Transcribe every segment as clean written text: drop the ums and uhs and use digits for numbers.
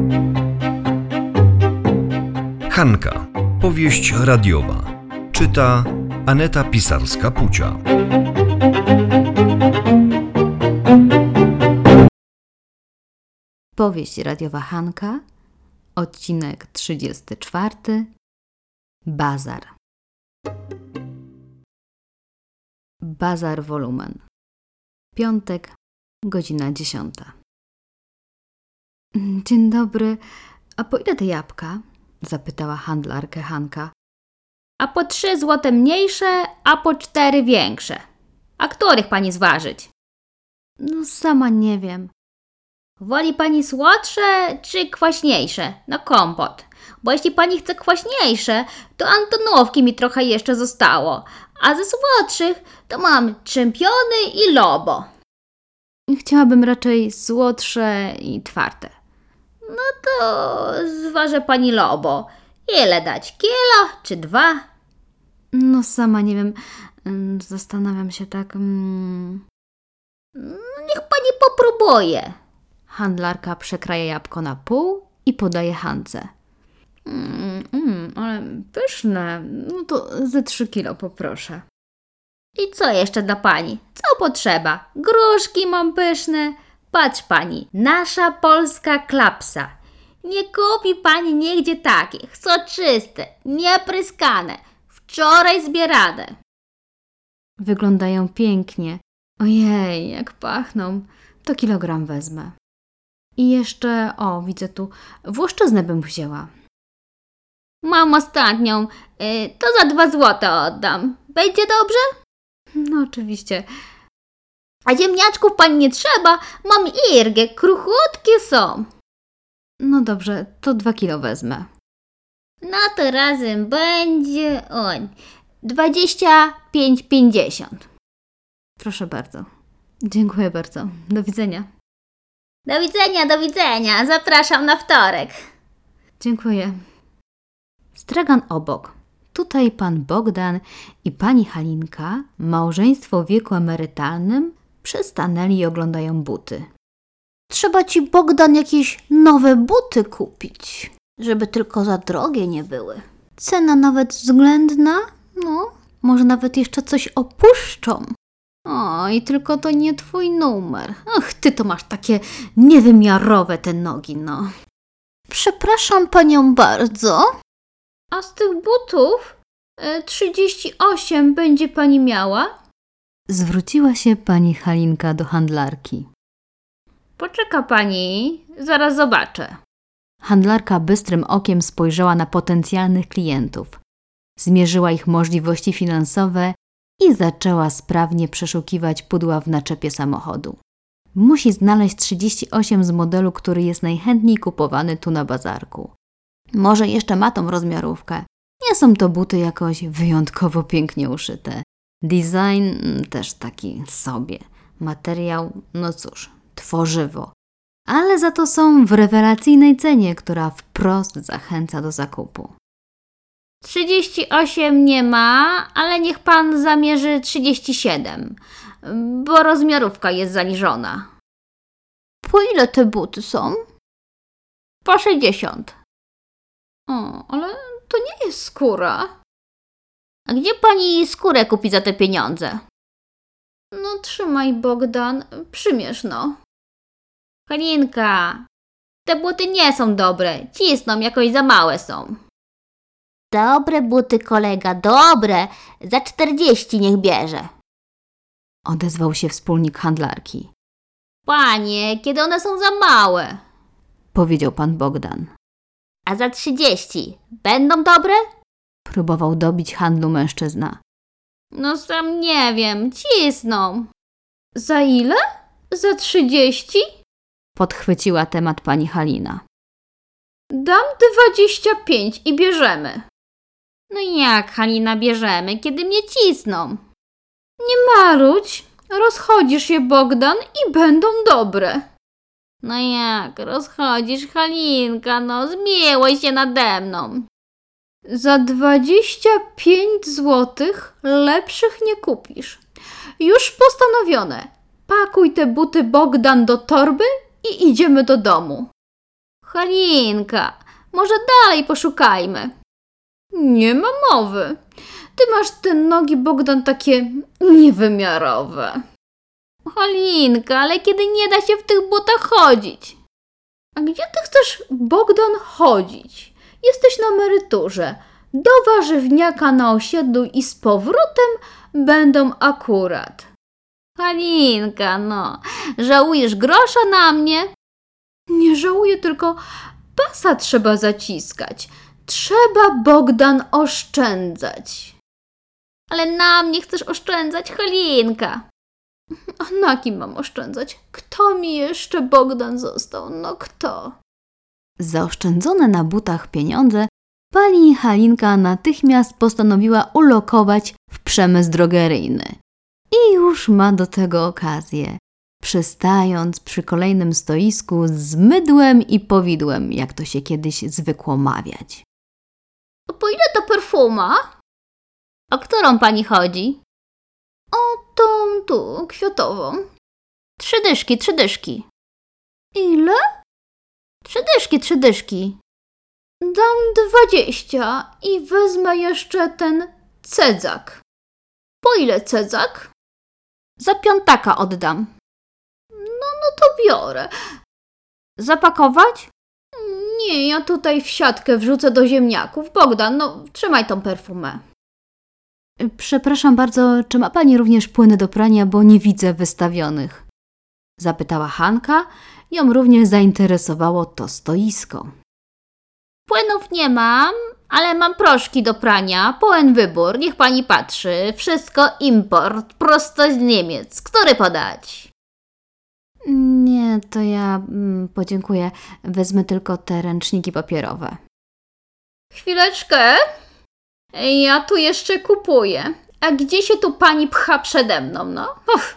Hanka. Powieść radiowa. Czyta Aneta Pisarska-Pucia. Powieść radiowa Hanka. Odcinek 34. Bazar. Bazar wolumen. Piątek, godzina 10. Dzień dobry. A po ile te jabłka? Zapytała handlarkę Hanka. A po 3 złote mniejsze, a po 4 większe. A których pani zważyć? No sama nie wiem. Woli pani słodsze czy kwaśniejsze? Na kompot. Bo jeśli pani chce kwaśniejsze, to Antonówki mi trochę jeszcze zostało. A ze słodszych to mam czempiony i lobo. Chciałabym raczej słodsze i twarde. No to zważę pani lobo. Ile dać? Kilo czy 2? No sama nie wiem. Zastanawiam się tak. Niech pani popróbuje. Handlarka przekraja jabłko na pół i podaje Hance. Ale pyszne. No to ze 3 kilo poproszę. I co jeszcze dla pani? Co potrzeba? Gruszki mam pyszne. Patrz pani, nasza polska klapsa. Nie kupi pani nigdzie takich. Soczyste, niepryskane. Wczoraj zbierane. Wyglądają pięknie. Ojej, jak pachną. To kilogram wezmę. I jeszcze, widzę tu, włoszczyznę bym wzięła. Mam ostatnią. To za 2 złote oddam. Będzie dobrze? No oczywiście. A ziemniaczków pani nie trzeba. Mam irgę, kruchutkie są. No dobrze, to 2 kilo wezmę. No to razem będzie 25,50. Proszę bardzo. Dziękuję bardzo. Do widzenia. Do widzenia, do widzenia. Zapraszam na wtorek. Dziękuję. Stragan obok. Tutaj pan Bogdan i pani Halinka, małżeństwo w wieku emerytalnym, przystanęli i oglądają buty. Trzeba ci, Bogdan, jakieś nowe buty kupić, żeby tylko za drogie nie były. Cena nawet względna, może nawet jeszcze coś opuszczą. I tylko to nie twój numer. Ach, ty to masz takie niewymiarowe te nogi, Przepraszam panią bardzo. A z tych butów 38 będzie pani miała? Zwróciła się pani Halinka do handlarki. Poczeka pani, zaraz zobaczę. Handlarka bystrym okiem spojrzała na potencjalnych klientów. Zmierzyła ich możliwości finansowe i zaczęła sprawnie przeszukiwać pudła w naczepie samochodu. Musi znaleźć 38 z modelu, który jest najchętniej kupowany tu na bazarku. Może jeszcze ma tą rozmiarówkę. Nie są to buty jakoś wyjątkowo pięknie uszyte. Design też taki sobie. Materiał, tworzywo. Ale za to są w rewelacyjnej cenie, która wprost zachęca do zakupu. 38 nie ma, ale niech pan zamierzy 37, bo rozmiarówka jest zaniżona. Po ile te buty są? Po 60. Ale to nie jest skóra. A gdzie pani skórę kupi za te pieniądze? No trzymaj, Bogdan, przymierz Halinka, te buty nie są dobre, cisną, jakoś za małe są. Dobre buty, kolega, dobre. Za 40 niech bierze. Odezwał się wspólnik handlarki. Panie, kiedy one są za małe? Powiedział pan Bogdan. A za 30 będą dobre? Próbował dobić handlu mężczyzna. No sam nie wiem, cisną. Za ile? Za 30? Podchwyciła temat pani Halina. Dam 25 i bierzemy. No jak, Halina, bierzemy, kiedy mnie cisną? Nie marudź, rozchodzisz je, Bogdan, i będą dobre. No jak, rozchodzisz, Halinka, zmiłuj się nade mną. Za 25 złotych lepszych nie kupisz. Już postanowione. Pakuj te buty, Bogdan, do torby i idziemy do domu. Halinka, może dalej poszukajmy. Nie ma mowy. Ty masz te nogi, Bogdan, takie niewymiarowe. Halinka, ale kiedy nie da się w tych butach chodzić? A gdzie ty chcesz, Bogdan, chodzić? Jesteś na emeryturze. Do warzywniaka na osiedlu i z powrotem będą akurat. Halinka, no, żałujesz grosza na mnie? Nie żałuję, tylko pasa trzeba zaciskać. Trzeba, Bogdan, oszczędzać. Ale na mnie chcesz oszczędzać, Halinka. A na kim mam oszczędzać? Kto mi jeszcze, Bogdan, został? No kto? Zaoszczędzone na butach pieniądze pani Halinka natychmiast postanowiła ulokować w przemysł drogeryjny. I już ma do tego okazję, przystając przy kolejnym stoisku z mydłem i powidłem, jak to się kiedyś zwykło mawiać. A po ile ta perfuma? O którą pani chodzi? O tą tu, kwiatową. 3 dyszki, 3 dyszki. Ile? 3 dyszki. Dam 20 i wezmę jeszcze ten cedzak. Po ile cedzak? Za 5 oddam. No to biorę. Zapakować? Nie, ja tutaj w siatkę wrzucę do ziemniaków. Bogdan, no trzymaj tą perfumę. Przepraszam bardzo, czy ma pani również płyny do prania, bo nie widzę wystawionych? Zapytała Hanka. Ją również zainteresowało to stoisko. Płynów nie mam, ale mam proszki do prania. Pełen wybór, niech pani patrzy. Wszystko import, prosto z Niemiec. Który podać? Nie, to ja podziękuję. Wezmę tylko te ręczniki papierowe. Chwileczkę. Ja tu jeszcze kupuję. A gdzie się tu pani pcha przede mną, no?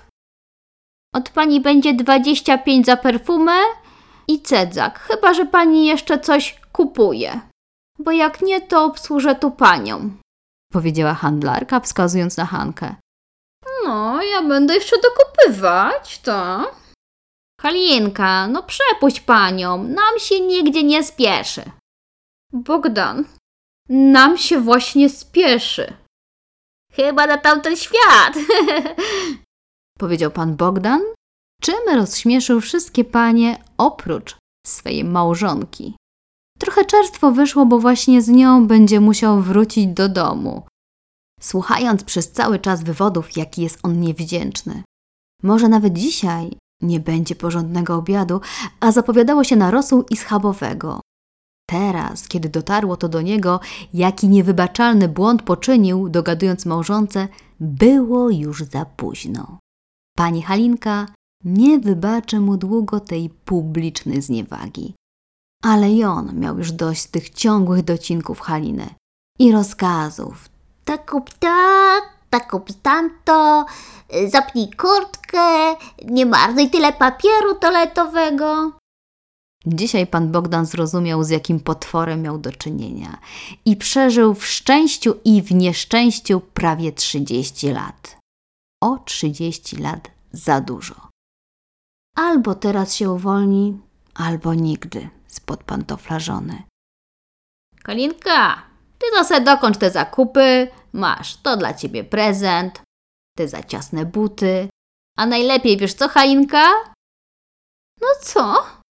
Od pani będzie 25 za perfumę i cedzak. Chyba że pani jeszcze coś kupuje. Bo jak nie, to obsłużę tu panią. Powiedziała handlarka, wskazując na Hankę. No, ja będę jeszcze dokupywać, to. Halinka, no przepuść panią. Nam się nigdzie nie spieszy. Bogdan, nam się właśnie spieszy. Chyba na tamten świat. Powiedział pan Bogdan, czym rozśmieszył wszystkie panie oprócz swej małżonki. Trochę czerstwo wyszło, bo właśnie z nią będzie musiał wrócić do domu, słuchając przez cały czas wywodów, jaki jest on niewdzięczny. Może nawet dzisiaj nie będzie porządnego obiadu, a zapowiadało się na rosół i schabowego. Teraz, kiedy dotarło to do niego, jaki niewybaczalny błąd poczynił, dogadując małżonce, było już za późno. Pani Halinka nie wybaczy mu długo tej publicznej zniewagi. Ale i on miał już dość tych ciągłych docinków Haliny i rozkazów. Tak kup kup tamto, zapnij kurtkę, nie marnuj tyle papieru toaletowego. Dzisiaj pan Bogdan zrozumiał, z jakim potworem miał do czynienia i przeżył w szczęściu i w nieszczęściu prawie 30 lat. O 30 lat za dużo. Albo teraz się uwolni, albo nigdy spod pantofla żony. Halinka, ty to se dokończ te zakupy. Masz, to dla ciebie prezent. Te za ciasne buty. A najlepiej, wiesz co, Halinka? No co?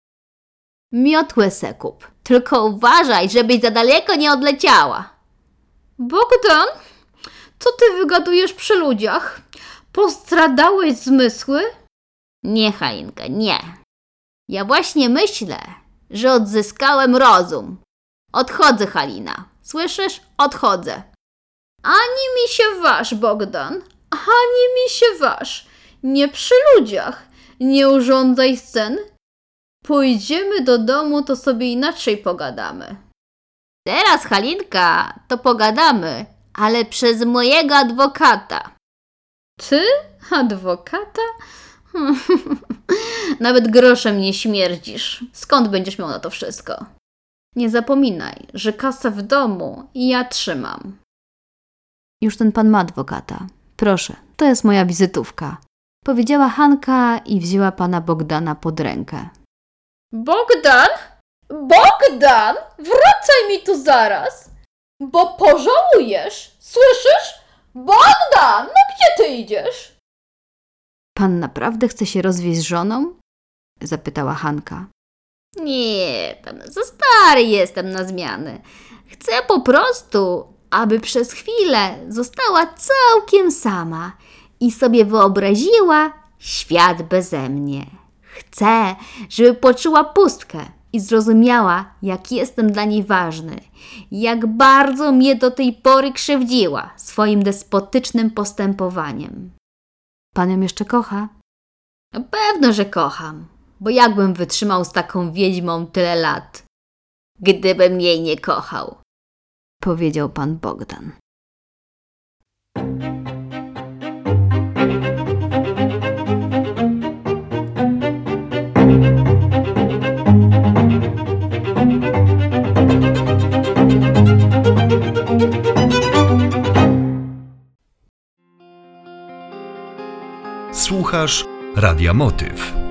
Miotłę se kup. Tylko uważaj, żebyś za daleko nie odleciała. Bogdan, co ty wygadujesz przy ludziach? Postradałeś zmysły? Nie, Halinka, nie. Ja właśnie myślę, że odzyskałem rozum. Odchodzę, Halina. Słyszysz? Odchodzę. Ani mi się waż, Bogdan. Ani mi się waż. Nie przy ludziach. Nie urządzaj scen. Pójdziemy do domu, to sobie inaczej pogadamy. Teraz, Halinka, to pogadamy, ale przez mojego adwokata. Ty? Adwokata? Nawet groszem nie śmierdzisz. Skąd będziesz miał na to wszystko? Nie zapominaj, że kasę w domu ja trzymam. Już ten pan ma adwokata. Proszę, to jest moja wizytówka. Powiedziała Hanka i wzięła pana Bogdana pod rękę. Bogdan? Bogdan, wracaj mi tu zaraz, bo pożałujesz. Słyszysz? Bogdan, no gdzie ty idziesz? Pan naprawdę chce się rozwieść z żoną? Zapytała Hanka. Nie, tam za stary jestem na zmiany. Chcę po prostu, aby przez chwilę została całkiem sama i sobie wyobraziła świat beze mnie. Chcę, żeby poczuła pustkę i zrozumiała, jak jestem dla niej ważny, jak bardzo mnie do tej pory krzywdziła swoim despotycznym postępowaniem. Pan ją jeszcze kocha? No pewno, że kocham, bo jakbym wytrzymał z taką wiedźmą tyle lat, gdybym jej nie kochał. Powiedział pan Bogdan. Słuchasz Radia Motyw.